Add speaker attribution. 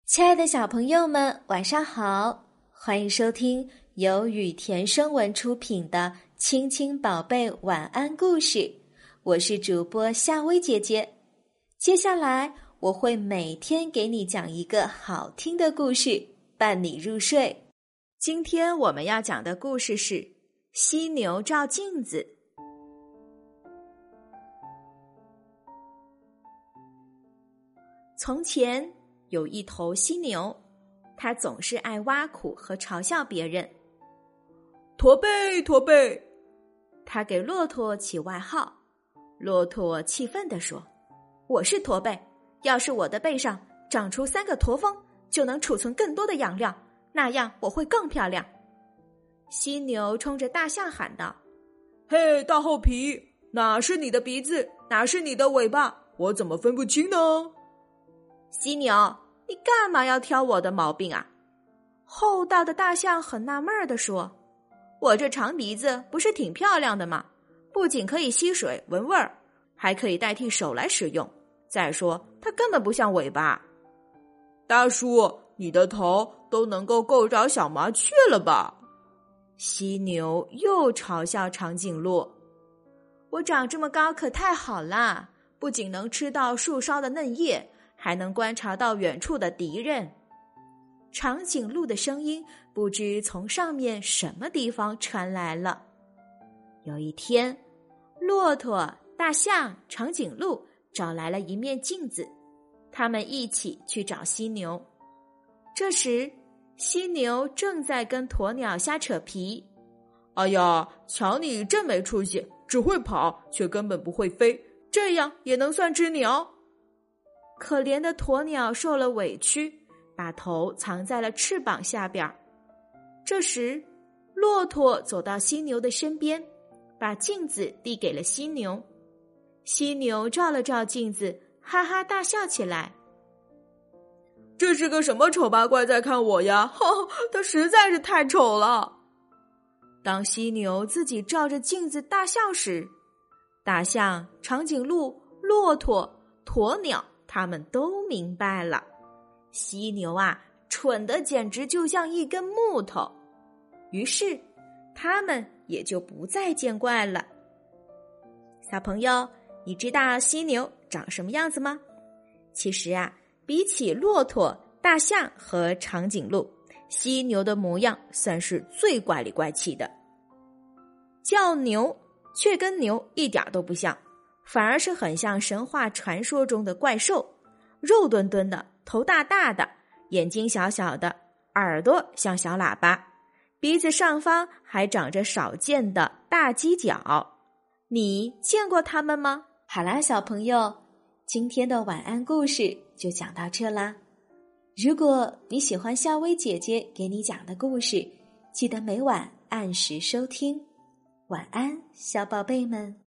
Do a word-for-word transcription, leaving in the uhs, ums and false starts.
Speaker 1: 亲爱的小朋友们，晚上好！欢迎收听由雨田声文出品的《亲亲宝贝晚安故事》，我是主播夏薇姐姐。接下来我会每天给你讲一个好听的故事，伴你入睡。今天我们要讲的故事是犀牛照镜子。从前有一头犀牛，它总是爱挖苦和嘲笑别人。
Speaker 2: 驼背，驼背，
Speaker 1: 它给骆驼起外号。骆驼气愤地说：“我是驼背，要是我的背上长出三个驼峰，就能储存更多的养料，那样我会更漂亮。”犀牛冲着大象喊道：“
Speaker 2: 嘿，大厚皮，哪是你的鼻子，哪是你的尾巴，我怎么分不清呢？”
Speaker 1: 犀牛，你干嘛要挑我的毛病啊？厚道的大象很纳闷地说：“我这长鼻子不是挺漂亮的吗？不仅可以吸水闻味儿，还可以代替手来使用。再说，它根本不像尾巴。”
Speaker 2: 大叔，你的头都能够够着小麻雀了吧？
Speaker 1: 犀牛又嘲笑长颈鹿：“我长这么高可太好啦，不仅能吃到树梢的嫩叶，还能观察到远处的敌人。”长颈鹿的声音不知从上面什么地方传来了。有一天，骆驼、大象、长颈鹿找来了一面镜子，他们一起去找犀牛。这时，犀牛正在跟鸵鸟瞎扯皮。
Speaker 2: “哎呀，瞧你真没出息，只会跑，却根本不会飞，这样也能算只鸟？”
Speaker 1: 可怜的鸵鸟受了委屈，把头藏在了翅膀下边。这时，骆驼走到犀牛的身边，把镜子递给了犀牛。犀牛照了照镜子，哈哈大笑起来：“
Speaker 2: 这是个什么丑八怪在看我呀？呵呵，它实在是太丑了。”
Speaker 1: 当犀牛自己照着镜子大笑时，大象、长颈鹿、骆驼、鸵鸟他们都明白了，犀牛啊，蠢得简直就像一根木头。于是，他们也就不再见怪了。小朋友，你知道犀牛长什么样子吗？其实啊，比起骆驼、大象和长颈鹿，犀牛的模样算是最怪里怪气的。叫牛，却跟牛一点都不像，反而是很像神话传说中的怪兽，肉墩墩的，头大大的，眼睛小小的，耳朵像小喇叭，鼻子上方还长着少见的大犄角。你见过它们吗？好啦，小朋友，今天的晚安故事就讲到这啦。如果你喜欢夏薇姐姐给你讲的故事，记得每晚按时收听。晚安，小宝贝们。